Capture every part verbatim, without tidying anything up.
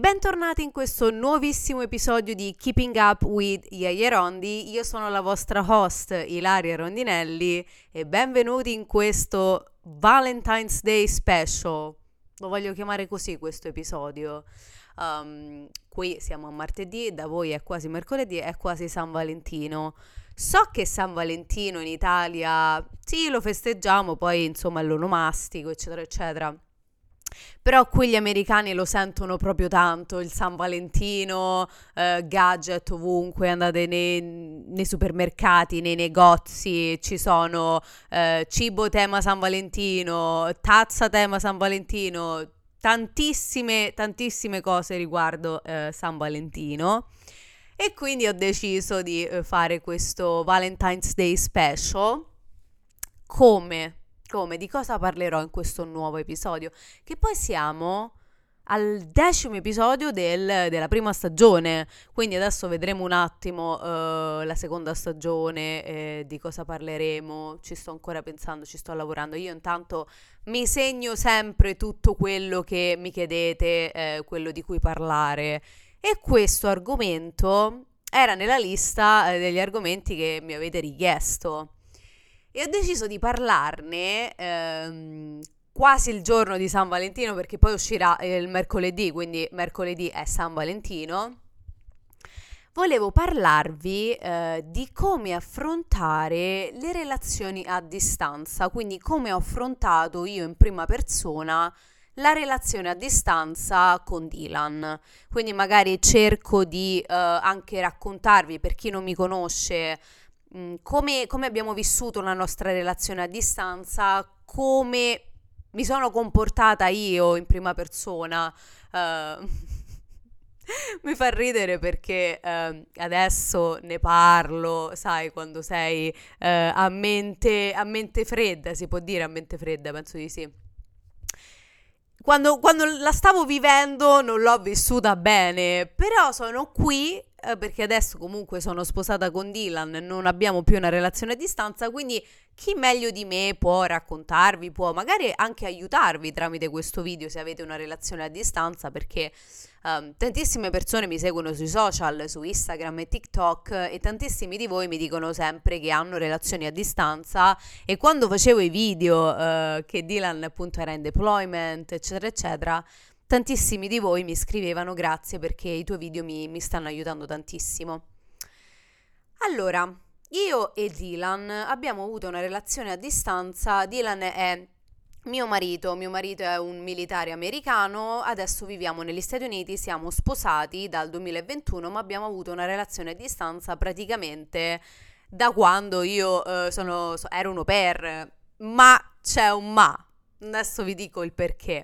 bentornati in questo nuovissimo episodio di Keeping Up with Iaia Rondi. Io sono la vostra host Ilaria Rondinelli e benvenuti in questo Valentine's Day Special. Lo voglio chiamare così questo episodio. Um, qui siamo a martedì, da voi è quasi mercoledì, è quasi San Valentino. So che San Valentino in Italia, sì, lo festeggiamo, poi insomma è l'onomastico, eccetera, eccetera. Però qui gli americani lo sentono proprio tanto, il San Valentino, eh, gadget ovunque, andate nei, nei supermercati, nei negozi, ci sono eh, cibo tema San Valentino, tazza tema San Valentino, tantissime, tantissime cose riguardo eh, San Valentino. E quindi ho deciso di eh, fare questo Valentine's Day Special. Come? Come? Di cosa parlerò in questo nuovo episodio? Che poi siamo al decimo episodio del, della prima stagione, quindi adesso vedremo un attimo uh, la seconda stagione, eh, di cosa parleremo. Ci sto ancora pensando, ci sto lavorando. Io intanto mi segno sempre tutto quello che mi chiedete, eh, quello di cui parlare, e questo argomento era nella lista eh, degli argomenti che mi avete richiesto. E ho deciso di parlarne ehm, quasi il giorno di San Valentino, perché poi uscirà il mercoledì, quindi mercoledì è San Valentino. Volevo parlarvi eh, di come affrontare le relazioni a distanza, quindi come ho affrontato io in prima persona la relazione a distanza con Dylan. Quindi magari cerco di eh, anche raccontarvi, per chi non mi conosce, Come, come abbiamo vissuto la nostra relazione a distanza, come mi sono comportata io in prima persona. Uh, mi fa ridere perché uh, adesso ne parlo, sai, quando sei uh, a mente, a mente fredda, si può dire a mente fredda, penso di sì. Quando, quando la stavo vivendo non l'ho vissuta bene, però sono qui eh, perché adesso comunque sono sposata con Dylan, non abbiamo più una relazione a distanza, quindi chi meglio di me può raccontarvi, può magari anche aiutarvi tramite questo video se avete una relazione a distanza, perché um, tantissime persone mi seguono sui social, su Instagram e TikTok, e tantissimi di voi mi dicono sempre che hanno relazioni a distanza, e quando facevo i video uh, che Dylan appunto era in deployment, eccetera eccetera, tantissimi di voi mi scrivevano grazie perché i tuoi video mi, mi stanno aiutando tantissimo. Allora, io e Dylan abbiamo avuto una relazione a distanza. Dylan è mio marito, mio marito è un militare americano, adesso viviamo negli Stati Uniti, siamo sposati dal duemilaventuno, ma abbiamo avuto una relazione a distanza praticamente da quando io eh, sono, ero un au pair, ma c'è un ma, adesso vi dico il perché.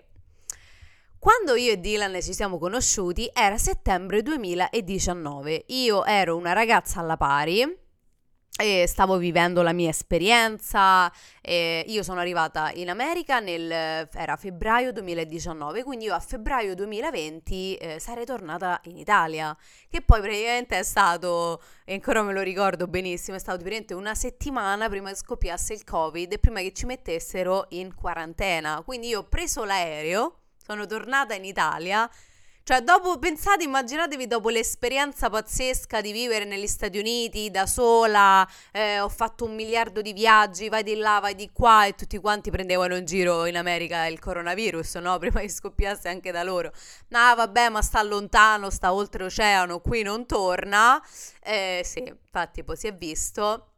Quando io e Dylan ci siamo conosciuti era settembre duemiladiciannove, io ero una ragazza alla pari e stavo vivendo la mia esperienza, e io sono arrivata in America nel era febbraio duemiladiciannove, quindi io a febbraio duemilaventi eh, sarei tornata in Italia, che poi praticamente è stato, e ancora me lo ricordo benissimo, è stato praticamente una settimana prima che scoppiasse il Covid e prima che ci mettessero in quarantena, quindi io ho preso l'aereo, sono tornata in Italia. Cioè, dopo, pensate, immaginatevi dopo l'esperienza pazzesca di vivere negli Stati Uniti da sola, eh, ho fatto un miliardo di viaggi, vai di là, vai di qua, e tutti quanti prendevano in giro in America il coronavirus, no? Prima che scoppiasse anche da loro. No, vabbè, ma sta lontano, sta oltreoceano, qui non torna. Eh, sì, infatti poi si è visto.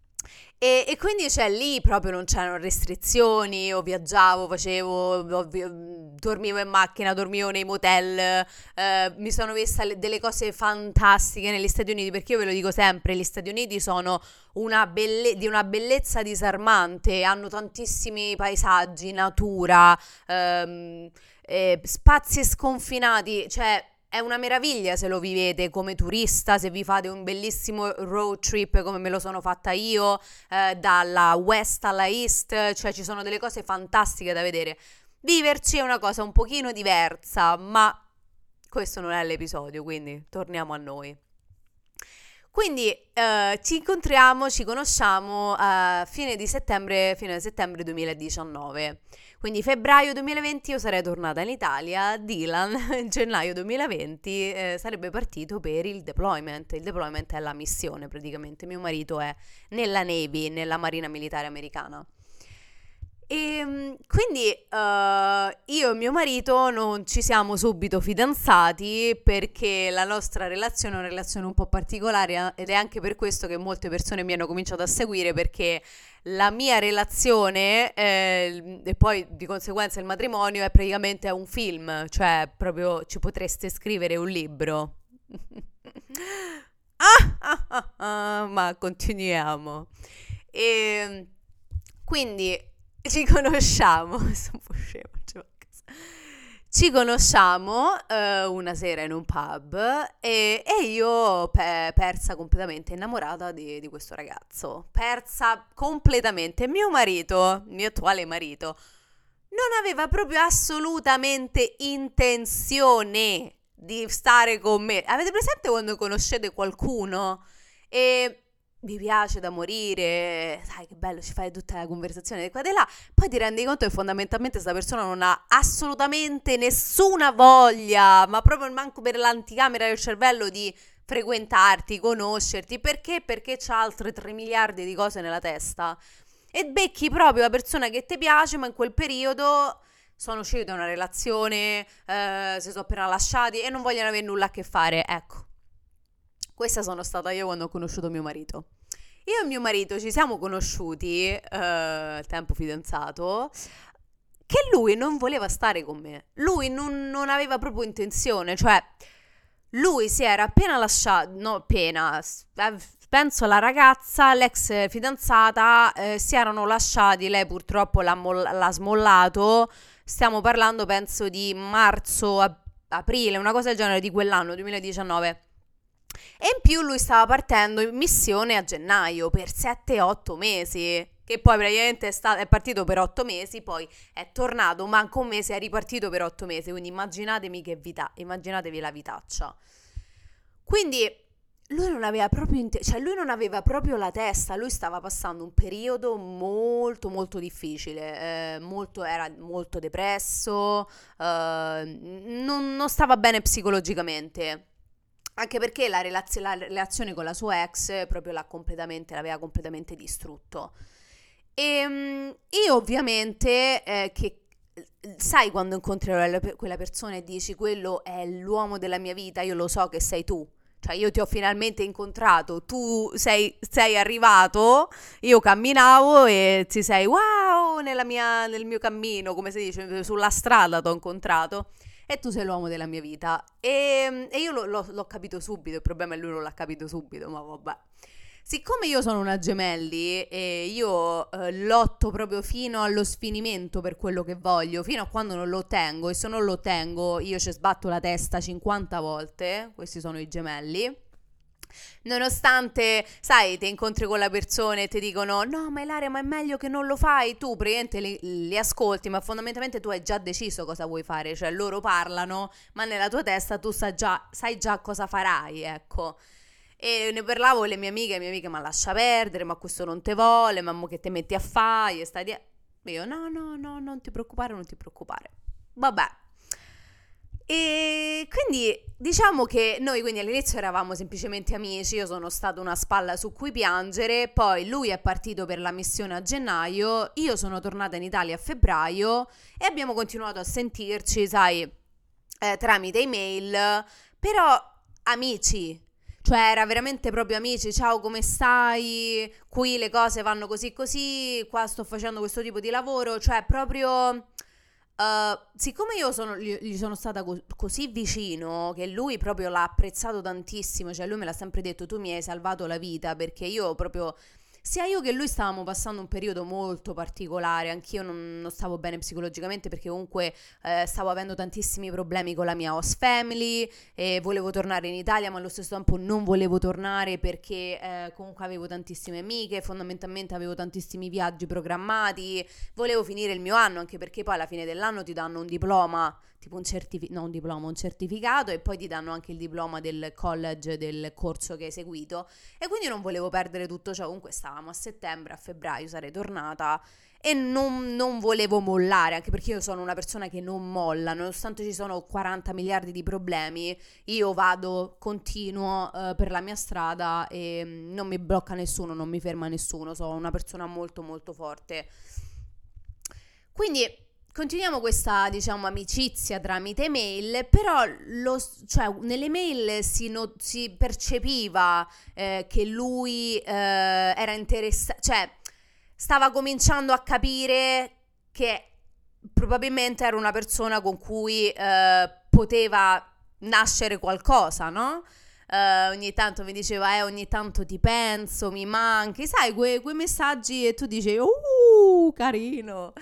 E, e quindi cioè lì proprio non c'erano restrizioni, io viaggiavo, facevo, dormivo in macchina, dormivo nei motel, eh, mi sono vista le, delle cose fantastiche negli Stati Uniti, perché io ve lo dico sempre, gli Stati Uniti sono una belle, di una bellezza disarmante, hanno tantissimi paesaggi, natura, ehm, eh, spazi sconfinati, cioè è una meraviglia se lo vivete come turista, se vi fate un bellissimo road trip come me lo sono fatta io, eh, dalla west alla east, cioè ci sono delle cose fantastiche da vedere. Viverci è una cosa un pochino diversa, ma questo non è l'episodio, quindi torniamo a noi. Quindi eh, ci incontriamo, ci conosciamo a fine di settembre, fine di settembre duemiladiciannove. Quindi febbraio duemilaventi io sarei tornata in Italia, Dylan in gennaio duemilaventi eh, sarebbe partito per il deployment. Il deployment è la missione praticamente, mio marito è nella Navy, nella Marina Militare Americana. E quindi uh, io e mio marito non ci siamo subito fidanzati perché la nostra relazione è una relazione un po' particolare ed è anche per questo che molte persone mi hanno cominciato a seguire, perché la mia relazione eh, e poi di conseguenza il matrimonio è praticamente un film, cioè proprio ci potreste scrivere un libro. ah, ah, ah, ah, ma continuiamo. E quindi ci conosciamo, sono un po' scema, cioè, ci conosciamo uh, una sera in un pub e, e io pe- persa completamente innamorata di, di questo ragazzo, persa completamente. Mio marito, il mio attuale marito, non aveva proprio assolutamente intenzione di stare con me. Avete presente quando conoscete qualcuno e vi piace da morire, sai che bello, ci fai tutta la conversazione di qua e di là, poi ti rendi conto che fondamentalmente questa persona non ha assolutamente nessuna voglia, ma proprio manco per l'anticamera del cervello, di frequentarti, conoscerti. Perché? Perché c'ha altre tre miliardi di cose nella testa e becchi proprio la persona che ti piace, ma in quel periodo sono usciti da una relazione, eh, si sono appena lasciati e non vogliono avere nulla a che fare, ecco. Questa sono stata io quando ho conosciuto mio marito. Io e mio marito ci siamo conosciuti, eh, al tempo fidanzato, che lui non voleva stare con me. Lui non, non aveva proprio intenzione, cioè lui si era appena lasciato, no appena, penso la ragazza, l'ex fidanzata, eh, si erano lasciati, lei purtroppo l'ha, moll- l'ha smollato, stiamo parlando penso di marzo, ap- aprile, una cosa del genere di quell'anno, duemiladiciannove. E in più lui stava partendo in missione a gennaio per sette otto mesi, che poi praticamente è, stato, è partito per otto mesi, poi è tornato, manco un mese, è ripartito per otto mesi, quindi immaginatevi che vita, immaginatevi la vitaccia. Quindi lui non aveva proprio, inte- cioè lui non aveva proprio la testa, lui stava passando un periodo molto molto difficile, eh, molto, era molto depresso, eh, non, non stava bene psicologicamente. Anche perché la, relaz- la relazione con la sua ex proprio l'ha completamente, l'aveva completamente distrutto. E um, io ovviamente, eh, che sai quando incontri quella persona e dici quello è l'uomo della mia vita, io lo so che sei tu. Cioè io ti ho finalmente incontrato, tu sei, sei arrivato, io camminavo e ti sei wow nella mia, nel mio cammino, come si dice, sulla strada ti ho incontrato. E tu sei l'uomo della mia vita. E, e io lo, lo, l'ho capito subito. Il problema è lui non l'ha capito subito, ma vabbè. Siccome io sono una gemelli e io eh, lotto proprio fino allo sfinimento per quello che voglio, fino a quando non lo ottengo, e se non lo ottengo io ci sbatto la testa cinquanta volte. Questi sono i gemelli. Nonostante, sai, ti incontri con la persona e ti dicono no ma Ilaria, ma è meglio che non lo fai, tu praticamente li, li ascolti, ma fondamentalmente tu hai già deciso cosa vuoi fare, cioè loro parlano ma nella tua testa tu sai già, sai già cosa farai, ecco. E ne parlavo con le mie amiche, le mie amiche ma lascia perdere, ma questo non te vuole, ma mo che te metti a fare, stai di... io no no no non ti preoccupare, non ti preoccupare, vabbè. E quindi diciamo che noi quindi all'inizio eravamo semplicemente amici, io sono stata una spalla su cui piangere, poi lui è partito per la missione a gennaio, io sono tornata in Italia a febbraio e abbiamo continuato a sentirci, sai, eh, tramite email, però amici. Cioè era veramente proprio amici, ciao come stai, qui le cose vanno così così, qua sto facendo questo tipo di lavoro, cioè proprio... Uh, siccome io sono, gli, gli sono stata co- così vicino che lui proprio l'ha apprezzato tantissimo, cioè lui me l'ha sempre detto tu mi hai salvato la vita, perché io proprio, sia io che lui stavamo passando un periodo molto particolare, anch'io non, non stavo bene psicologicamente perché comunque eh, stavo avendo tantissimi problemi con la mia host family e volevo tornare in Italia ma allo stesso tempo non volevo tornare perché eh, comunque avevo tantissime amiche, fondamentalmente avevo tantissimi viaggi programmati, volevo finire il mio anno anche perché poi alla fine dell'anno ti danno un diploma tipo un certificato, no un diploma, un certificato, e poi ti danno anche il diploma del college del corso che hai seguito, e quindi non volevo perdere tutto ciò. Comunque stavamo a settembre, a febbraio sarei tornata e non, non volevo mollare, anche perché io sono una persona che non molla, nonostante ci sono quaranta miliardi di problemi, io vado, continuo eh, per la mia strada e mm, non mi blocca nessuno, non mi ferma nessuno, sono una persona molto molto forte. Quindi continuiamo questa, diciamo, amicizia tramite mail, però lo, cioè, nelle mail si, no, si percepiva eh, che lui eh, era interessato, cioè stava cominciando a capire che probabilmente era una persona con cui eh, poteva nascere qualcosa, no? Eh, ogni tanto mi diceva, eh, ogni tanto ti penso, mi manchi, sai, que- quei messaggi e tu dici, uh, carino.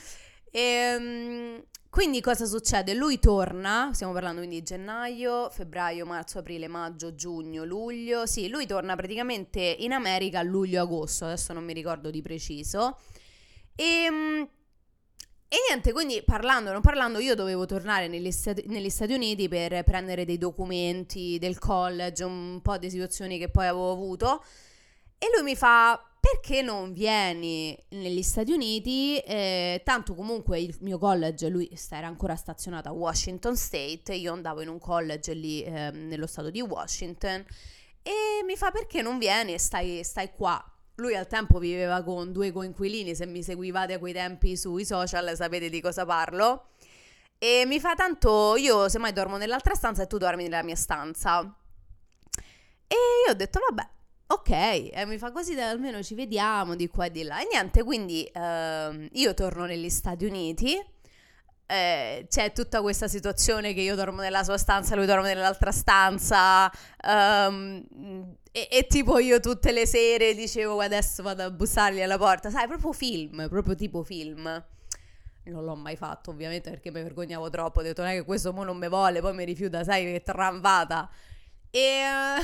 E, quindi cosa succede? Lui torna, stiamo parlando quindi di gennaio, febbraio, marzo, aprile, maggio, giugno, luglio. Sì, lui torna praticamente in America a luglio-agosto, adesso non mi ricordo di preciso. E, e niente, quindi parlando, non parlando, io dovevo tornare negli Stati, negli Stati Uniti per prendere dei documenti del college, un po' di situazioni che poi avevo avuto. E lui mi fa, perché non vieni negli Stati Uniti? Eh, tanto comunque il mio college, lui era ancora stazionato a Washington State, io andavo in un college lì eh, nello stato di Washington, e mi fa, perché non vieni e stai, stai qua? Lui al tempo viveva con due coinquilini, se mi seguivate a quei tempi sui social sapete di cosa parlo. E mi fa, tanto io semmai dormo nell'altra stanza e tu dormi nella mia stanza. E io ho detto, vabbè, ok, e mi fa, così almeno ci vediamo di qua e di là. E niente, quindi ehm, io torno negli Stati Uniti, eh, c'è tutta questa situazione che io dormo nella sua stanza, lui dorme nell'altra stanza, ehm, e, e tipo io tutte le sere dicevo, adesso vado a bussargli alla porta, sai, proprio film, proprio tipo film. Non l'ho mai fatto ovviamente perché mi vergognavo troppo, ho detto, non è che questo mo non mi vuole, poi mi rifiuta, sai che tramvata. E...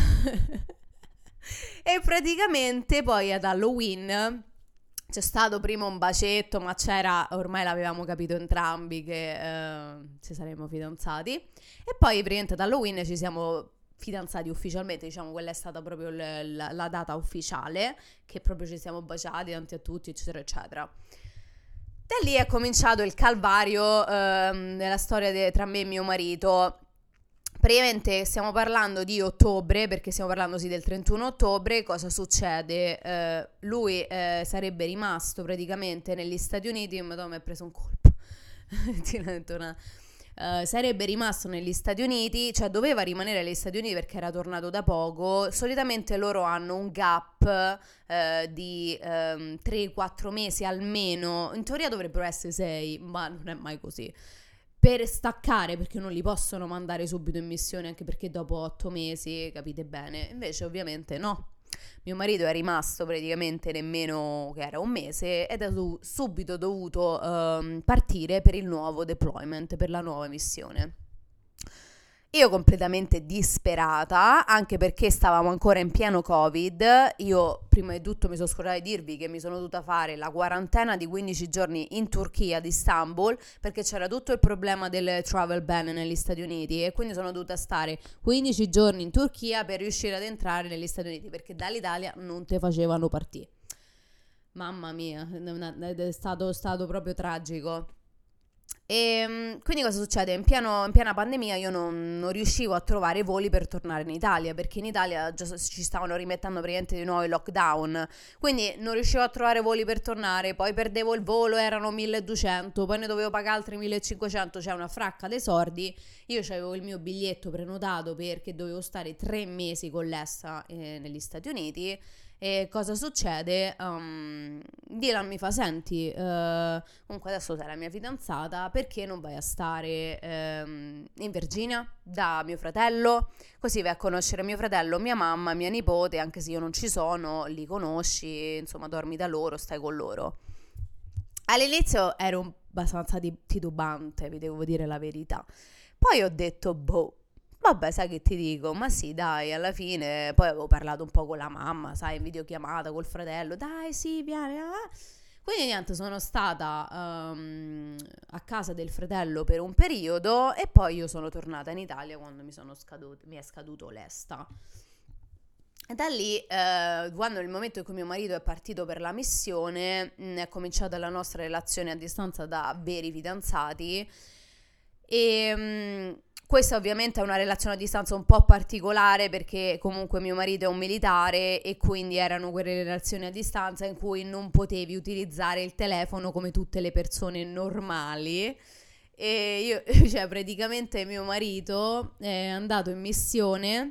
E praticamente poi ad Halloween c'è stato prima un bacetto, ma c'era, ormai l'avevamo capito entrambi che eh, ci saremmo fidanzati. E poi praticamente ad Halloween ci siamo fidanzati ufficialmente, diciamo, quella è stata proprio l- la, la data ufficiale, che proprio ci siamo baciati davanti a tutti, eccetera, eccetera. Da lì è cominciato il calvario ehm, della storia de- tra me e mio marito. Praticamente stiamo parlando di ottobre, perché stiamo parlando sì del trentuno ottobre. Cosa succede? Eh, lui eh, sarebbe rimasto praticamente negli Stati Uniti. Madonna, mi ha preso un colpo. una... Uh, sarebbe rimasto negli Stati Uniti, cioè doveva rimanere negli Stati Uniti perché era tornato da poco. Solitamente loro hanno un gap uh, di um, tre quattro mesi almeno, in teoria dovrebbero essere sei, ma non è mai così, per staccare, perché non li possono mandare subito in missione, anche perché dopo otto mesi, capite bene. Invece ovviamente no, mio marito è rimasto praticamente nemmeno che era un mese ed è do- subito dovuto um, partire per il nuovo deployment, per la nuova missione. Io completamente disperata, anche perché stavamo ancora in pieno Covid. Io prima di tutto mi sono scordata di dirvi che mi sono dovuta fare la quarantena di quindici giorni in Turchia, ad Istanbul, perché c'era tutto il problema del travel ban negli Stati Uniti, e quindi sono dovuta stare quindici giorni in Turchia per riuscire ad entrare negli Stati Uniti, perché dall'Italia non te facevano partire. Mamma mia, è stato, stato proprio tragico. E quindi cosa succede? In, piano, in piena pandemia io non, non riuscivo a trovare voli per tornare in Italia, perché in Italia già ci stavano rimettendo praticamente di nuovo il lockdown, quindi non riuscivo a trovare voli per tornare. Poi perdevo il volo, erano milleduecento, poi ne dovevo pagare altri millecinquecento, cioè una fracca dei soldi. Io avevo il mio biglietto prenotato perché dovevo stare tre mesi con l'Essa eh, negli Stati Uniti. E cosa succede? Um, Dylan mi fa, senti, uh, comunque adesso sei la mia fidanzata, perché non vai a stare um, in Virginia da mio fratello? Così vai a conoscere mio fratello, mia mamma, mia nipote, anche se io non ci sono, li conosci, insomma dormi da loro, stai con loro. All'inizio ero abbastanza titubante, vi devo dire la verità. Poi ho detto, boh, vabbè, sai che ti dico? Ma sì, dai, alla fine. Poi avevo parlato un po' con la mamma, sai, in videochiamata col fratello. Dai, sì, vieni. Ah. Quindi niente, sono stata um, a casa del fratello per un periodo e poi io sono tornata in Italia quando mi, sono scaduto, mi è scaduto l'ESTA. E da lì, eh, quando il momento in cui mio marito è partito per la missione, mh, è cominciata la nostra relazione a distanza da veri fidanzati e mh, questa ovviamente è una relazione a distanza un po' particolare perché comunque mio marito è un militare e quindi erano quelle relazioni a distanza in cui non potevi utilizzare il telefono come tutte le persone normali. E io, cioè praticamente mio marito è andato in missione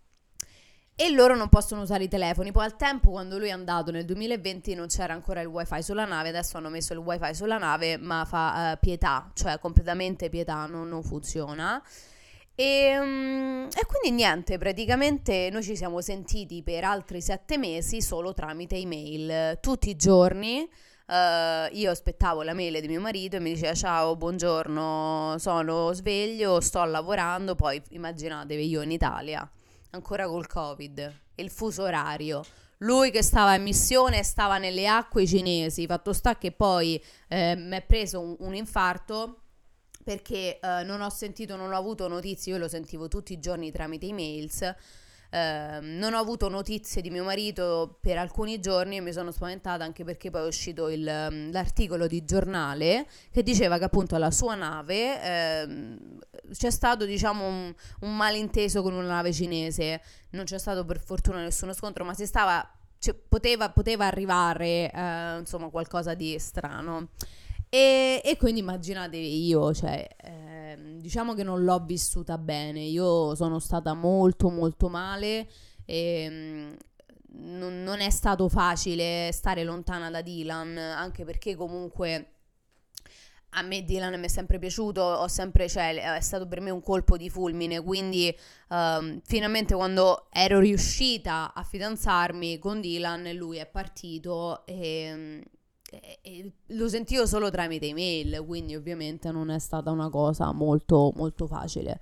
e loro non possono usare i telefoni. Poi al tempo, quando lui è andato nel duemilaventi, non c'era ancora il wifi sulla nave. Adesso hanno messo il wifi sulla nave, ma fa uh, pietà, cioè completamente pietà, non, non funziona. E, um, e quindi niente, praticamente noi ci siamo sentiti per altri sette mesi solo tramite email, tutti i giorni. Uh, io aspettavo la mail di mio marito e mi diceva ciao, buongiorno, sono sveglio, sto lavorando. Poi immaginatevi io in Italia ancora col Covid, il fuso orario, lui che stava in missione stava nelle acque cinesi. Fatto sta che poi eh, mi è preso un, un infarto perché eh, non ho sentito, non ho avuto notizie. Io lo sentivo tutti i giorni tramite emails. Uh, non ho avuto notizie di mio marito per alcuni giorni e mi sono spaventata, anche perché poi è uscito il, um, l'articolo di giornale che diceva che appunto alla sua nave uh, c'è stato, diciamo, un, un malinteso con una nave cinese. Non c'è stato per fortuna nessuno scontro, ma si stava, cioè, poteva, poteva arrivare uh, insomma qualcosa di strano. E, e quindi immaginatevi io, cioè, eh, diciamo che non l'ho vissuta bene. Io sono stata molto molto male e mh, non, non è stato facile stare lontana da Dylan, anche perché comunque a me Dylan mi è sempre piaciuto, ho sempre, cioè, è stato per me un colpo di fulmine, quindi um, finalmente quando ero riuscita a fidanzarmi con Dylan, lui è partito e... E, e lo sentivo solo tramite email, quindi ovviamente non è stata una cosa molto molto facile.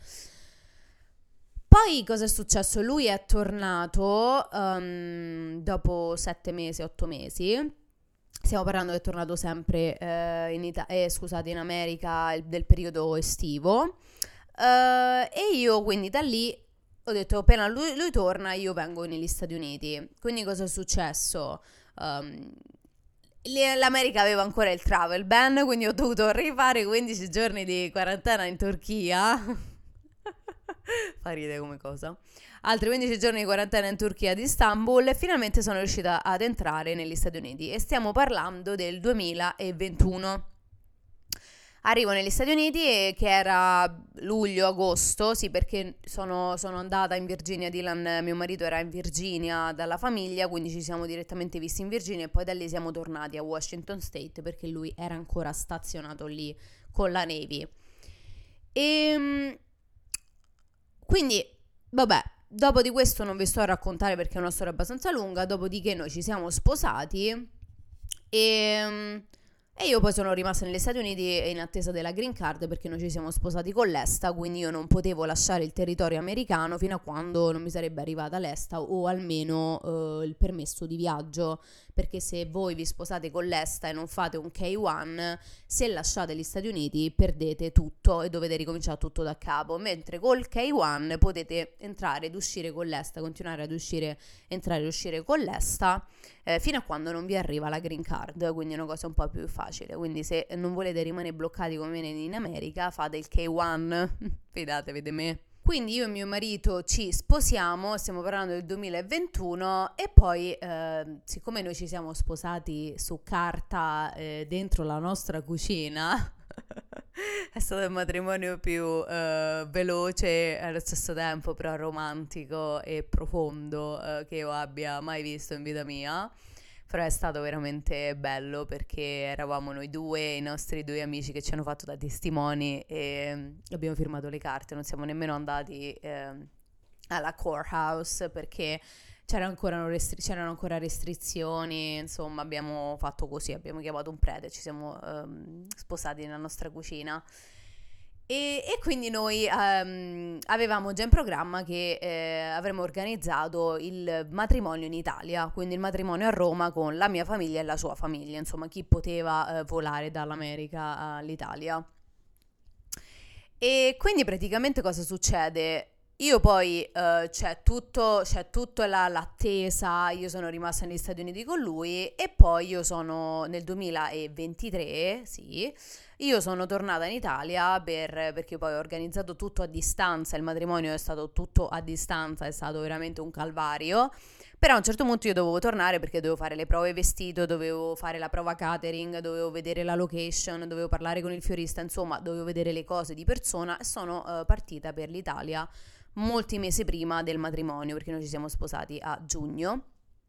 Poi cosa è successo? Lui è tornato um, dopo sette mesi, otto mesi. Stiamo parlando che è tornato sempre eh, in, Ita- eh, scusate, in America il, del periodo estivo. Uh, e io quindi da lì ho detto appena lui, lui torna io vengo negli Stati Uniti. Quindi cosa è successo? Um, L'America aveva ancora il travel ban, quindi ho dovuto rifare quindici giorni di quarantena in Turchia. Fa ridere come cosa. Altri quindici giorni di quarantena in Turchia ad Istanbul e finalmente sono riuscita ad entrare negli Stati Uniti. E stiamo parlando del duemilaventuno. Arrivo negli Stati Uniti e che era luglio-agosto, sì, perché sono, sono andata in Virginia. Dylan, mio marito, era in Virginia dalla famiglia, quindi ci siamo direttamente visti in Virginia e poi da lì siamo tornati a Washington State perché lui era ancora stazionato lì con la Navy. E quindi, vabbè, dopo di questo non vi sto a raccontare perché è una storia abbastanza lunga. Dopodiché noi ci siamo sposati e... E io poi sono rimasta negli Stati Uniti in attesa della green card perché noi ci siamo sposati con l'ESTA, quindi io non potevo lasciare il territorio americano fino a quando non mi sarebbe arrivata l'ESTA o almeno eh, il permesso di viaggio, perché se voi vi sposate con l'ESTA e non fate un K uno, se lasciate gli Stati Uniti perdete tutto e dovete ricominciare tutto da capo, mentre col K uno potete entrare ed uscire con l'ESTA, continuare ad uscire, entrare e uscire con l'ESTA eh, fino a quando non vi arriva la green card, quindi è una cosa un po' più facile. Quindi se non volete rimanere bloccati come me in America, fate il K uno, fidatevi di me. Quindi io e mio marito ci sposiamo, stiamo parlando del duemilaventuno e poi eh, siccome noi ci siamo sposati su carta eh, dentro la nostra cucina, è stato il matrimonio più eh, veloce allo stesso tempo però romantico e profondo eh, che io abbia mai visto in vita mia. Però è stato veramente bello perché eravamo noi due, i nostri due amici che ci hanno fatto da testimoni e abbiamo firmato le carte, non siamo nemmeno andati eh, alla courthouse perché c'erano ancora, restri- c'erano ancora restrizioni, insomma abbiamo fatto così, abbiamo chiamato un prete e ci siamo ehm, sposati nella nostra cucina. E, e quindi noi ehm, avevamo già in programma che eh, avremmo organizzato il matrimonio in Italia, quindi il matrimonio a Roma con la mia famiglia e la sua famiglia, insomma chi poteva eh, volare dall'America all'Italia. E quindi praticamente cosa succede? Io poi eh, c'è tutto, c'è tutto la- l'attesa, io sono rimasta negli Stati Uniti con lui e poi io sono nel duemilaventitré, sì, io sono tornata in Italia per- perché poi ho organizzato tutto a distanza, il matrimonio è stato tutto a distanza, è stato veramente un calvario. Però a un certo punto io dovevo tornare perché dovevo fare le prove vestito, dovevo fare la prova catering, dovevo vedere la location, dovevo parlare con il fiorista, insomma, dovevo vedere le cose di persona e sono eh, partita per l'Italia molti mesi prima del matrimonio, perché noi ci siamo sposati a giugno.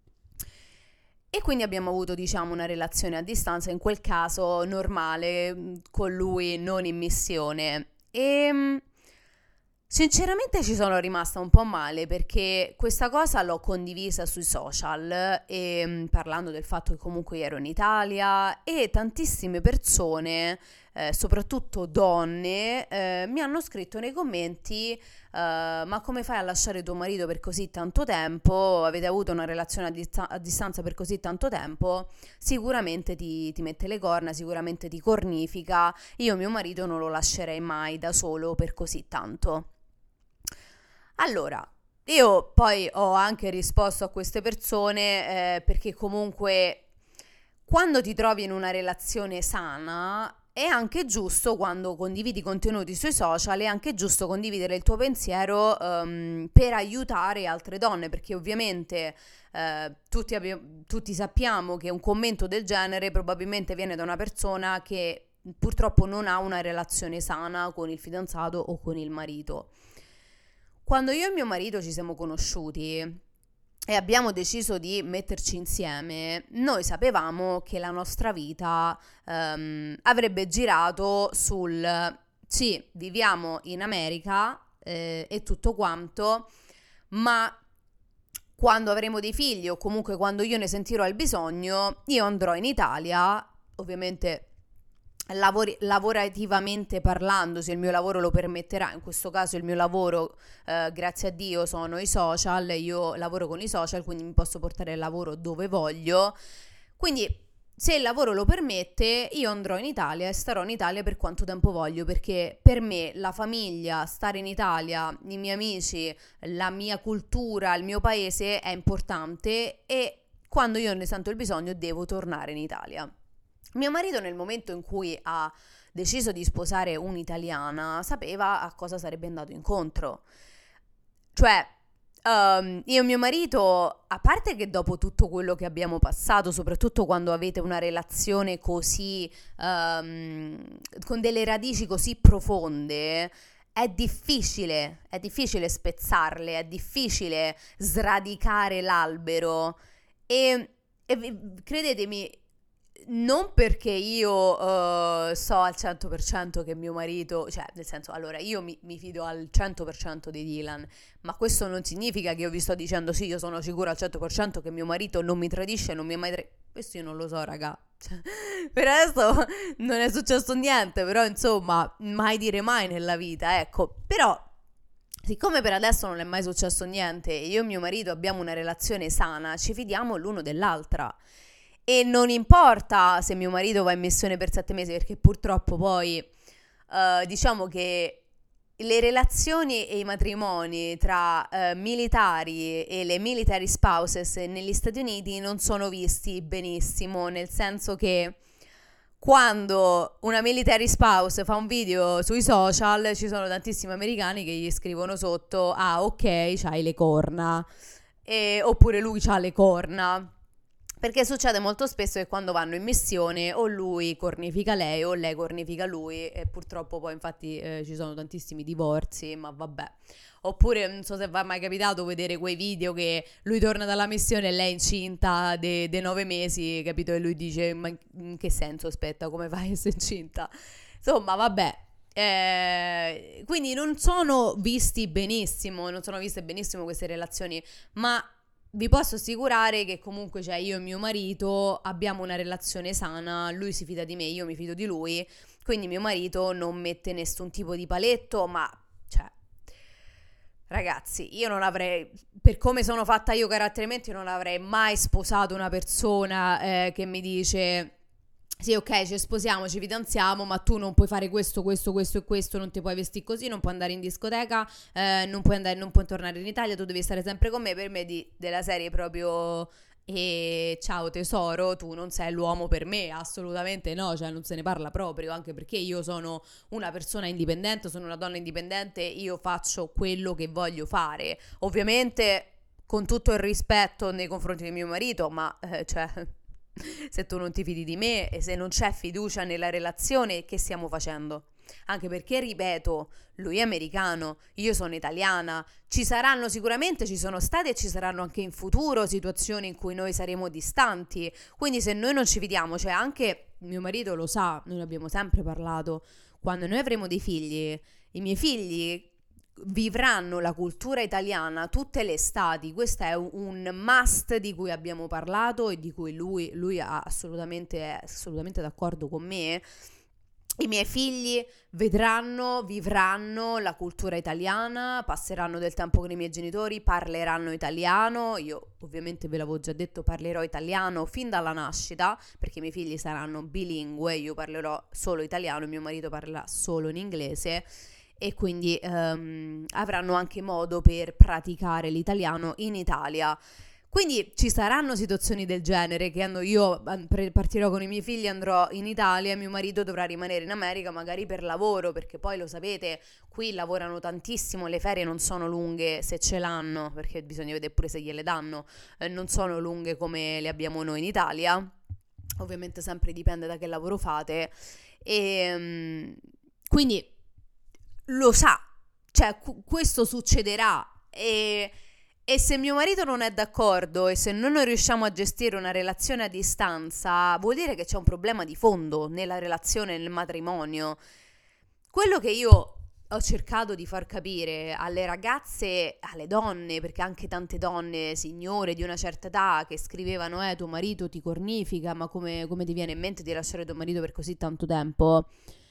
E quindi abbiamo avuto, diciamo, una relazione a distanza, in quel caso normale, con lui non in missione. E sinceramente ci sono rimasta un po' male perché questa cosa l'ho condivisa sui social e mh, parlando del fatto che comunque io ero in Italia e tantissime persone, eh, soprattutto donne, eh, mi hanno scritto nei commenti: eh, ma come fai a lasciare tuo marito per così tanto tempo? Avete avuto una relazione a, dista- a distanza per così tanto tempo? Sicuramente ti, ti mette le corna, sicuramente ti cornifica. Io mio marito non lo lascerei mai da solo per così tanto. Allora, io poi ho anche risposto a queste persone eh, perché comunque quando ti trovi in una relazione sana è anche giusto, quando condividi contenuti sui social, è anche giusto condividere il tuo pensiero ehm, per aiutare altre donne, perché ovviamente eh, tutti, abbi- tutti sappiamo che un commento del genere probabilmente viene da una persona che purtroppo non ha una relazione sana con il fidanzato o con il marito. Quando io e mio marito ci siamo conosciuti e abbiamo deciso di metterci insieme, noi sapevamo che la nostra vita ehm, avrebbe girato sul sì, viviamo in America eh, e tutto quanto, ma quando avremo dei figli o comunque quando io ne sentirò il bisogno, io andrò in Italia, ovviamente lavori- lavorativamente parlando, se il mio lavoro lo permetterà. In questo caso il mio lavoro, eh, grazie a Dio, sono i social, io lavoro con i social, quindi mi posso portare il lavoro dove voglio. Quindi se il lavoro lo permette, io andrò in Italia e starò in Italia per quanto tempo voglio, perché per me la famiglia, stare in Italia, i miei amici, la mia cultura, il mio paese è importante e quando io ne sento il bisogno devo tornare in Italia. Mio marito, nel momento in cui ha deciso di sposare un'italiana, sapeva a cosa sarebbe andato incontro. Cioè, ehm, io e mio marito, a parte che dopo tutto quello che abbiamo passato, soprattutto quando avete una relazione così, ehm, con delle radici così profonde, è difficile, è difficile spezzarle, è difficile sradicare l'albero. E, e vi- credetemi, non perché io eh, so al cento per cento che mio marito, cioè nel senso, allora io mi, mi fido al cento per cento di Dylan, ma questo non significa che io vi sto dicendo sì, io sono sicura al cento per cento che mio marito non mi tradisce, non mi ha mai tradito. Questo io non lo so, raga. Cioè, per adesso non è successo niente, però insomma, mai dire mai nella vita, ecco. Però siccome per adesso non è mai successo niente e io e mio marito abbiamo una relazione sana, ci fidiamo l'uno dell'altra. E non importa se mio marito va in missione per sette mesi, perché purtroppo poi eh, diciamo che le relazioni e i matrimoni tra eh, militari e le military spouses negli Stati Uniti non sono visti benissimo, nel senso che quando una military spouse fa un video sui social ci sono tantissimi americani che gli scrivono sotto: ah, ok, c'hai le corna, e, oppure lui c'ha le corna. Perché succede molto spesso che quando vanno in missione o lui cornifica lei o lei cornifica lui, e purtroppo poi infatti eh, ci sono tantissimi divorzi, ma vabbè. Oppure non so se vi è mai capitato vedere quei video che lui torna dalla missione e lei è incinta dei de nove mesi, capito? E lui dice: ma in che senso, aspetta, come fai a essere incinta? Insomma, vabbè. Eh, quindi non sono visti benissimo, non sono viste benissimo queste relazioni, ma vi posso assicurare che comunque, cioè, io e mio marito abbiamo una relazione sana, lui si fida di me, io mi fido di lui, quindi mio marito non mette nessun tipo di paletto, ma, cioè, ragazzi, io non avrei, per come sono fatta io caratterialmente, io non avrei mai sposato una persona eh, che mi dice... Sì, ok, ci sposiamo, ci fidanziamo, ma tu non puoi fare questo, questo, questo e questo, non ti puoi vestire così, non puoi andare in discoteca, eh, non puoi andare, non puoi tornare in Italia, tu devi stare sempre con me. Per me di, della serie proprio e ciao tesoro, tu non sei l'uomo per me, assolutamente no, cioè non se ne parla proprio, anche perché io sono una persona indipendente, sono una donna indipendente, io faccio quello che voglio fare, ovviamente con tutto il rispetto nei confronti di mio marito, ma eh, cioè... se tu non ti fidi di me e se non c'è fiducia nella relazione, che stiamo facendo? Anche perché, ripeto, lui è americano, io sono italiana, ci saranno sicuramente, ci sono state e ci saranno anche in futuro situazioni in cui noi saremo distanti, quindi se noi non ci fidiamo, cioè anche mio marito lo sa, noi ne abbiamo sempre parlato, quando noi avremo dei figli, i miei figli vivranno la cultura italiana tutte le estati. Questo è un must di cui abbiamo parlato e di cui lui, lui ha assolutamente, è assolutamente d'accordo con me. I miei figli vedranno, vivranno la cultura italiana, passeranno del tempo con i miei genitori, parleranno italiano. Io ovviamente ve l'avevo già detto, parlerò italiano fin dalla nascita, perché i miei figli saranno bilingue, io parlerò solo italiano, mio marito parlerà solo in inglese. E quindi um, avranno anche modo per praticare l'italiano in Italia. Quindi ci saranno situazioni del genere che ando, io partirò con i miei figli, andrò in Italia, mio marito dovrà rimanere in America magari per lavoro, perché poi lo sapete, qui lavorano tantissimo, le ferie non sono lunghe se ce l'hanno, perché bisogna vedere pure se gliele danno, eh, non sono lunghe come le abbiamo noi in Italia, ovviamente sempre dipende da che lavoro fate, e um, quindi lo sa, cioè cu- questo succederà e, e se mio marito non è d'accordo e se noi non riusciamo a gestire una relazione a distanza, vuol dire che c'è un problema di fondo nella relazione, nel matrimonio. Quello che io ho cercato di far capire alle ragazze, alle donne, perché anche tante donne, signore di una certa età, che scrivevano eh tuo marito ti cornifica, ma come, come ti viene in mente di lasciare tuo marito per così tanto tempo?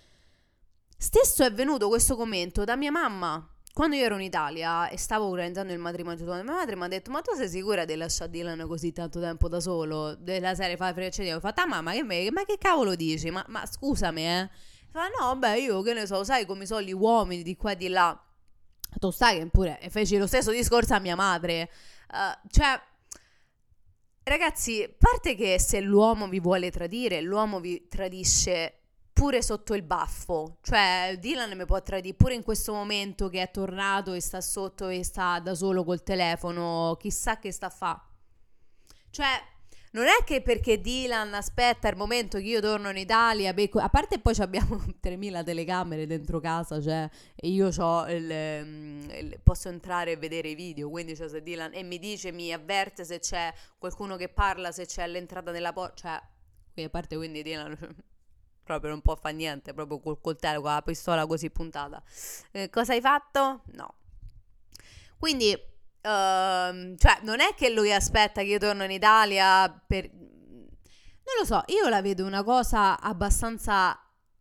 Stesso è venuto questo commento da mia mamma quando io ero in Italia e stavo organizzando il matrimonio di mia madre. Mi ha detto: ma tu sei sicura di lasciare Dylan così tanto tempo da solo? Della serie fa frecce. Ho fatto: ah mamma, che, me, ma che cavolo dici? Ma, ma scusami, eh. Fa: no, beh, io che ne so, sai come sono gli uomini di qua e di là. Tu sai che pure feci lo stesso discorso a mia madre. Uh, cioè, ragazzi, a parte che se l'uomo vi vuole tradire, l'uomo vi tradisce pure sotto il baffo, cioè Dylan mi può tradire pure in questo momento che è tornato e sta sotto e sta da solo col telefono, chissà che sta a fa. Cioè non è che perché Dylan aspetta il momento che io torno in Italia, becco, a parte poi abbiamo tremila telecamere dentro casa, cioè, e io c'ho il, il, posso entrare e vedere i video, quindi cioè, se Dylan e mi dice, mi avverte se c'è qualcuno che parla, se c'è l'entrata nella porta, cioè, qui a parte quindi Dylan proprio non può fare niente, proprio col coltello, con la pistola così puntata. Eh, cosa hai fatto? No. Quindi, uh, cioè, non è che lui aspetta che io torno in Italia per... Non lo so, io la vedo una cosa abbastanza...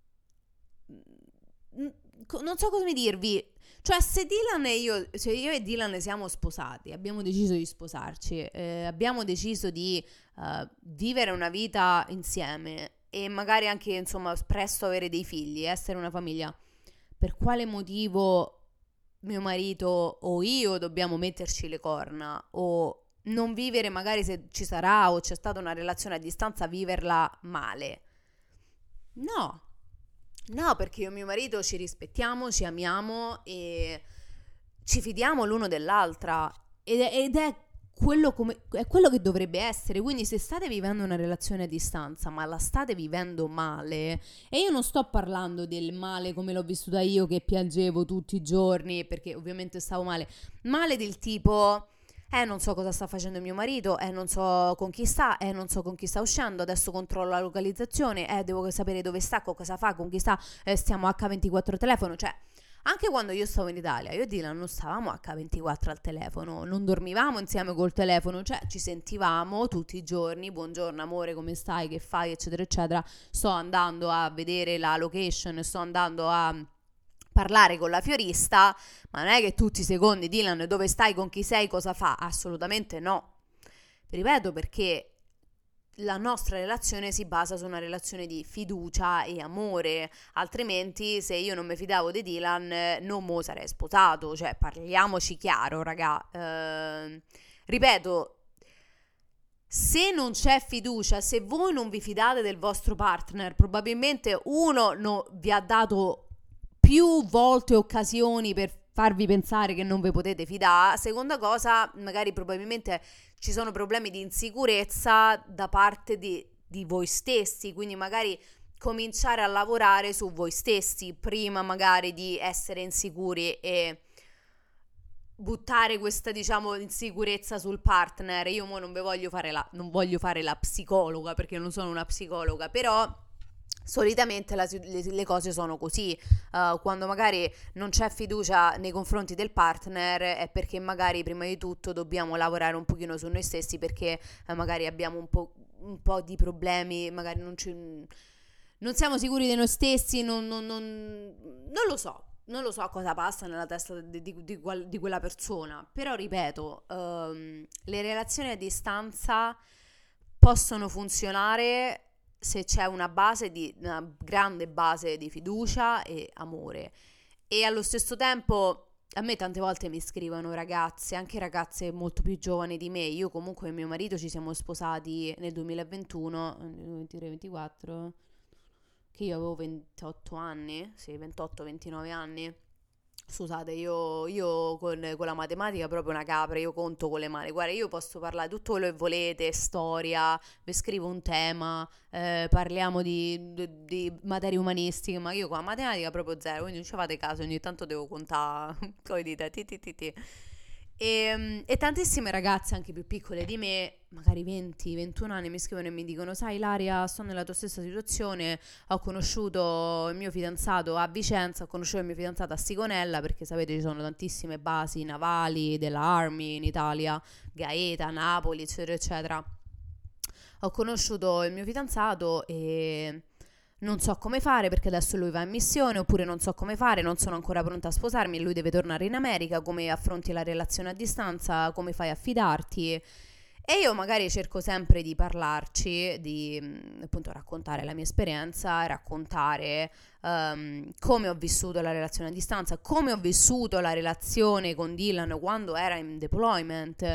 Non so come dirvi. Cioè, se Dylan e io, cioè io e Dylan siamo sposati, abbiamo deciso di sposarci, eh, abbiamo deciso di uh, vivere una vita insieme e magari anche, insomma, presto avere dei figli, essere una famiglia, per quale motivo mio marito o io dobbiamo metterci le corna o non vivere, magari se ci sarà o c'è stata una relazione a distanza, viverla male? No, no, perché io e mio marito ci rispettiamo, ci amiamo e ci fidiamo l'uno dell'altra ed è, ed è quello come è quello che dovrebbe essere. Quindi se state vivendo una relazione a distanza ma la state vivendo male, e io non sto parlando del male come l'ho vissuta io, che piangevo tutti i giorni perché ovviamente stavo male, male del tipo eh non so cosa sta facendo mio marito, eh non so con chi sta, eh non so con chi sta uscendo, adesso controllo la localizzazione, eh devo sapere dove sta, con cosa fa, con chi sta, eh, stiamo acca ventiquattro telefono, cioè Anche quando io stavo in Italia, io e Dylan non stavamo acca ventiquattro al telefono, non dormivamo insieme col telefono, cioè ci sentivamo tutti i giorni, buongiorno amore, come stai, che fai, eccetera, eccetera. Sto andando a vedere la location, sto andando a parlare con la fiorista, ma non è che tutti i secondi Dylan dove stai, con chi sei, cosa fa? Assolutamente no. Ripeto, perché la nostra relazione si basa su una relazione di fiducia e amore, altrimenti se io non mi fidavo di Dylan non mo sarei sposato, cioè parliamoci chiaro, raga. Eh, ripeto, se non c'è fiducia, se voi non vi fidate del vostro partner, probabilmente uno no, vi ha dato più volte occasioni per farvi pensare che non vi potete fidare. Seconda cosa, magari probabilmente ci sono problemi di insicurezza da parte di, di voi stessi, quindi magari cominciare a lavorare su voi stessi prima magari di essere insicuri e buttare questa, diciamo, insicurezza sul partner. Io mo non vi voglio fare la, non voglio fare la psicologa, perché non sono una psicologa, però solitamente la, le, le cose sono così. Uh, quando magari non c'è fiducia nei confronti del partner è perché magari prima di tutto dobbiamo lavorare un pochino su noi stessi, perché uh, magari abbiamo un po', un po' di problemi, magari non, ci, non siamo sicuri di noi stessi, non, non, non, non lo so. Non lo so cosa passa nella testa di, di, di, di quella persona, però ripeto, um, le relazioni a distanza possono funzionare se c'è una base di, una grande base di fiducia e amore. E allo stesso tempo a me tante volte mi scrivono ragazze, anche ragazze molto più giovani di me. Io comunque e mio marito ci siamo sposati nel duemilaventuno, ventitré ventiquattro, che io avevo ventotto anni, sì, ventotto ventinove anni. Scusate, io, io con, con la matematica proprio una capra, io conto con le mani. Guarda, io posso parlare di tutto quello che volete, storia, vi scrivo un tema, eh, parliamo di, di, di materie umanistiche, ma io con la matematica proprio zero, quindi non ci fate caso, ogni tanto devo contare, come dite, ti ti ti ti. E, e tantissime ragazze anche più piccole di me, magari venti ventuno anni, mi scrivono e mi dicono: sai Ilaria, sto nella tua stessa situazione, ho conosciuto il mio fidanzato a Vicenza, ho conosciuto il mio fidanzato a Sigonella, perché sapete ci sono tantissime basi navali della Army in Italia, Gaeta, Napoli, eccetera eccetera. Ho conosciuto il mio fidanzato e non so come fare perché adesso lui va in missione, oppure non so come fare, non sono ancora pronta a sposarmi e lui deve tornare in America, come affronti la relazione a distanza, come fai a fidarti? E io magari cerco sempre di parlarci, di appunto raccontare la mia esperienza, raccontare um, come ho vissuto la relazione a distanza, come ho vissuto la relazione con Dylan quando era in deployment,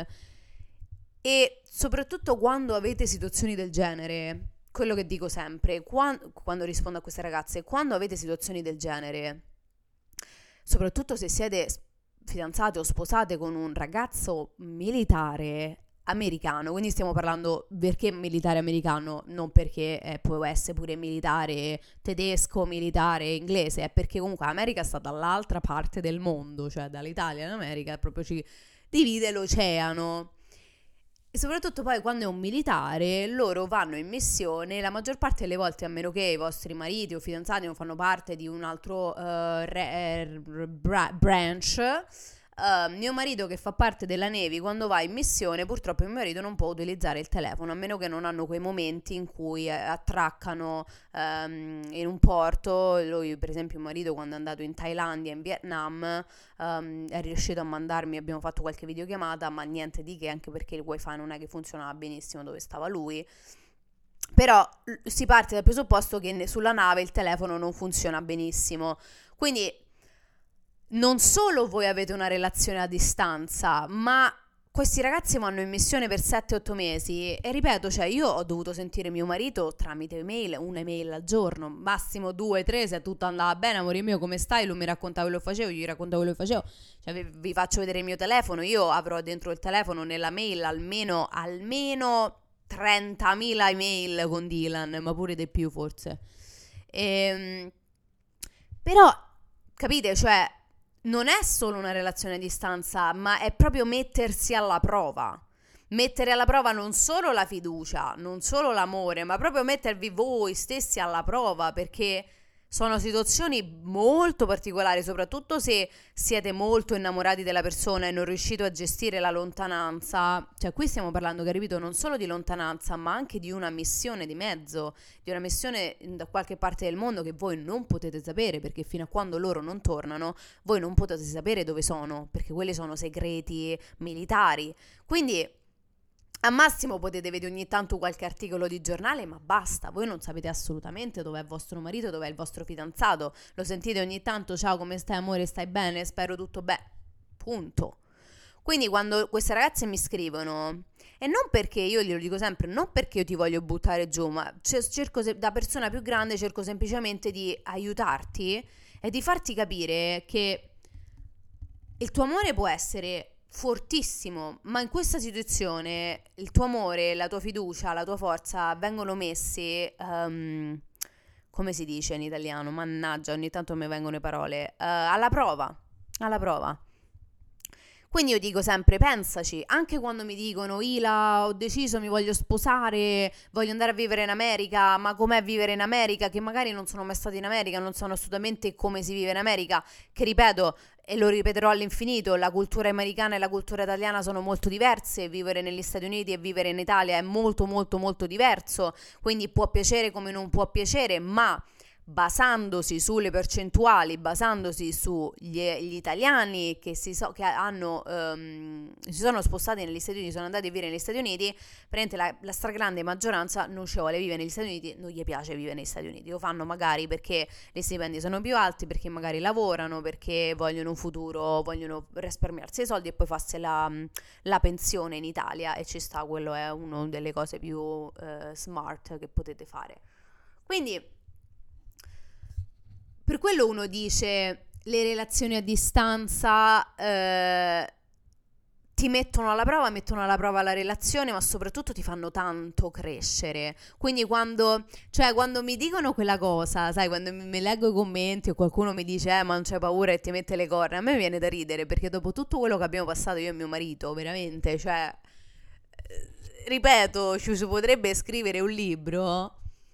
e soprattutto quando avete situazioni del genere. Quello che dico sempre quando, quando rispondo a queste ragazze, quando avete situazioni del genere, soprattutto se siete fidanzate o sposate con un ragazzo militare americano, quindi stiamo parlando perché militare americano, non perché eh, può essere pure militare tedesco, militare inglese, è perché comunque America sta dall'altra parte del mondo, cioè dall'Italia in America proprio ci divide l'oceano. E soprattutto poi quando è un militare, loro vanno in missione, la maggior parte delle volte, a meno che i vostri mariti o fidanzati non fanno parte di un altro uh, re, bra- branch, uh, mio marito che fa parte della Navy, quando va in missione, purtroppo mio marito non può utilizzare il telefono, a meno che non hanno quei momenti in cui attraccano um, in un porto. Lui, per esempio, mio marito quando è andato in Thailandia, in Vietnam, Um, è riuscito a mandarmi, abbiamo fatto qualche videochiamata, ma niente di che, anche perché il wifi non è che funzionava benissimo dove stava lui. Però si parte dal presupposto che sulla nave il telefono non funziona benissimo, quindi non solo voi avete una relazione a distanza, ma questi ragazzi vanno in missione per sette otto mesi e ripeto, cioè io ho dovuto sentire mio marito tramite email, un'email al giorno, massimo due, tre, se tutto andava bene, amore mio come stai? Lui mi raccontava quello che facevo, io gli raccontavo quello che facevo, cioè vi, vi faccio vedere il mio telefono, io avrò dentro il telefono nella mail almeno, almeno trentamila email con Dylan, ma pure di più forse. E, però, capite, cioè non è solo una relazione a distanza, ma è proprio mettersi alla prova. Mettere alla prova non solo la fiducia, non solo l'amore, ma proprio mettervi voi stessi alla prova, perché Sono situazioni molto particolari, soprattutto se siete molto innamorati della persona e non riuscite a gestire la lontananza. Cioè, qui stiamo parlando, che ripeto, non solo di lontananza, ma anche di una missione di mezzo, di una missione da qualche parte del mondo che voi non potete sapere, perché fino a quando loro non tornano, voi non potete sapere dove sono, perché quelli sono segreti militari. Quindi a massimo potete vedere ogni tanto qualche articolo di giornale, ma basta, voi non sapete assolutamente dov'è vostro marito, dov'è il vostro fidanzato, lo sentite ogni tanto, ciao come stai amore, stai bene, spero tutto bene, punto. Quindi quando queste ragazze mi scrivono, e non perché, io glielo dico sempre, non perché io ti voglio buttare giù, ma cerco, da persona più grande cerco semplicemente di aiutarti e di farti capire che il tuo amore può essere fortissimo, ma in questa situazione il tuo amore, la tua fiducia, la tua forza vengono messi, um, come si dice in italiano, mannaggia, ogni tanto mi vengono le parole, uh, alla prova, alla prova. Quindi io dico sempre, pensaci, anche quando mi dicono Ila, ho deciso, mi voglio sposare, voglio andare a vivere in America, ma com'è vivere in America? Che magari non sono mai stati in America, non sanno assolutamente come si vive in America, che ripeto, e lo ripeterò all'infinito, la cultura americana e la cultura italiana sono molto diverse, vivere negli Stati Uniti e vivere in Italia è molto molto molto diverso, quindi può piacere come non può piacere, ma basandosi sulle percentuali, basandosi sugli gli italiani che, si, so, che hanno, um, si sono spostati negli Stati Uniti, sono andati a vivere negli Stati Uniti, praticamente la, la stragrande maggioranza non ci vuole vivere negli Stati Uniti, non gli piace vivere negli Stati Uniti, lo fanno magari perché gli stipendi sono più alti, perché magari lavorano, perché vogliono un futuro, vogliono risparmiarsi i soldi e poi farsi la, la pensione in Italia, e ci sta, quello è una delle cose più uh, smart che potete fare. Quindi per quello uno dice le relazioni a distanza eh, ti mettono alla prova, mettono alla prova la relazione, ma soprattutto ti fanno tanto crescere. Quindi quando, cioè quando mi dicono quella cosa, sai, quando mi, mi leggo i commenti o qualcuno mi dice eh ma non c'è paura e ti mette le corna, a me viene da ridere, perché dopo tutto quello che abbiamo passato io e mio marito, veramente, cioè, ripeto, ci si potrebbe scrivere un libro.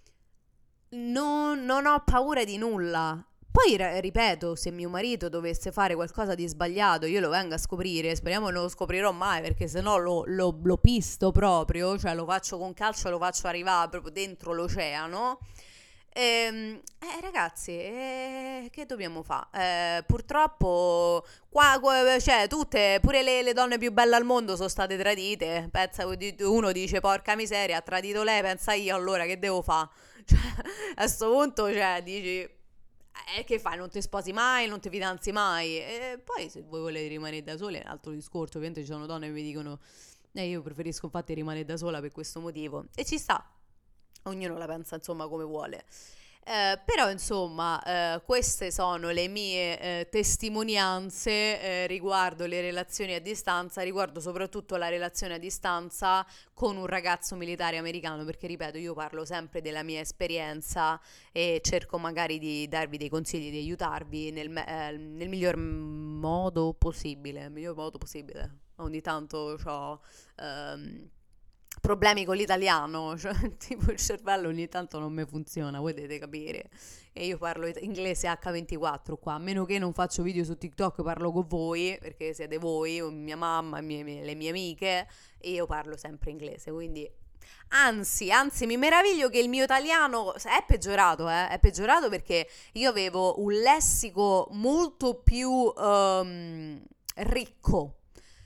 Non, non ho paura di nulla. Poi ripeto, se mio marito dovesse fare qualcosa di sbagliato, io lo vengo a scoprire, speriamo non lo scoprirò mai, perché sennò lo, lo, lo pisto proprio, cioè lo faccio con calcio, lo faccio arrivare proprio dentro l'oceano. Ehm, eh, ragazzi, eh, che dobbiamo fare? Eh, purtroppo qua, qua, cioè, tutte, pure le, le donne più belle al mondo sono state tradite. Pensa, uno dice porca miseria, ha tradito lei, pensa io, allora che devo fare? Cioè, a sto punto, cioè, dici, eh, che fai? Non ti sposi mai, non ti fidanzi mai. E poi se voi volete rimanere da soli è un altro discorso. Ovviamente ci sono donne che mi dicono eh, io preferisco infatti rimanere da sola per questo motivo, e ci sta, ognuno la pensa insomma come vuole. Eh, però insomma eh, queste sono le mie eh, testimonianze eh, riguardo le relazioni a distanza, riguardo soprattutto la relazione a distanza con un ragazzo militare americano, perché ripeto, io parlo sempre della mia esperienza e cerco magari di darvi dei consigli, di aiutarvi nel, me- eh, nel miglior modo possibile, nel miglior modo possibile. Ogni tanto ho ehm, problemi con l'italiano, cioè tipo il cervello ogni tanto non mi funziona, voi dovete capire. E io parlo it- inglese acca ventiquattro qua, a meno che non faccio video su TikTok, parlo con voi, perché siete voi, o mia mamma, mie- mie- le mie amiche, e io parlo sempre inglese, quindi anzi, anzi mi meraviglio che il mio italiano è peggiorato, eh, è peggiorato perché io avevo un lessico molto più ehm, ricco.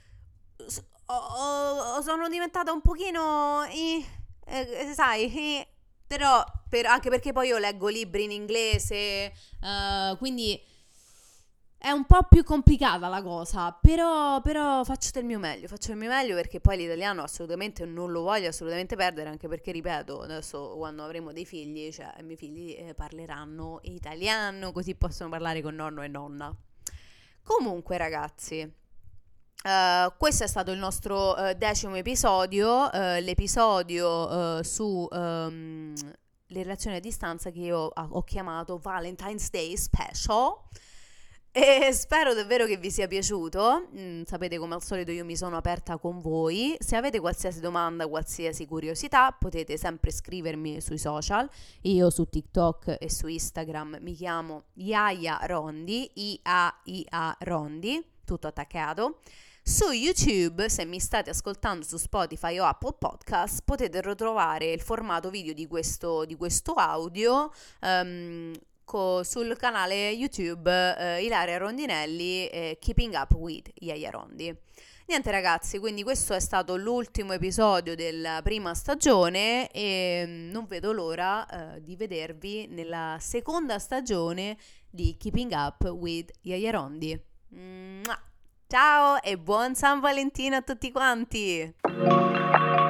Oh, oh, sono diventata un pochino eh, eh, sai eh, però per, anche perché poi io leggo libri in inglese, eh, quindi è un po' più complicata la cosa, però, però faccio del mio meglio, faccio del mio meglio, perché poi l'italiano assolutamente non lo voglio assolutamente perdere, anche perché ripeto, adesso quando avremo dei figli, cioè i miei figli eh, parleranno italiano, così possono parlare con nonno e nonna. Comunque ragazzi, Uh, questo è stato il nostro uh, decimo episodio, uh, l'episodio uh, su um, le relazioni a distanza, che io ho chiamato Valentine's Day Special. E spero davvero che vi sia piaciuto. Mm, sapete, come al solito io mi sono aperta con voi. Se avete qualsiasi domanda, qualsiasi curiosità, potete sempre scrivermi sui social. Io su TikTok e su Instagram mi chiamo Iaia Rondi, I A I A Rondi, tutto attaccato. Su YouTube, se mi state ascoltando su Spotify o Apple Podcast, potete ritrovare il formato video di questo, di questo audio um, co- sul canale YouTube eh, Ilaria Rondinelli eh, Keeping Up with Iaia Rondi. Niente ragazzi, quindi questo è stato l'ultimo episodio della prima stagione e non vedo l'ora eh, di vedervi nella seconda stagione di Keeping Up with Iaia Rondi. Mua! Ciao e buon San Valentino a tutti quanti!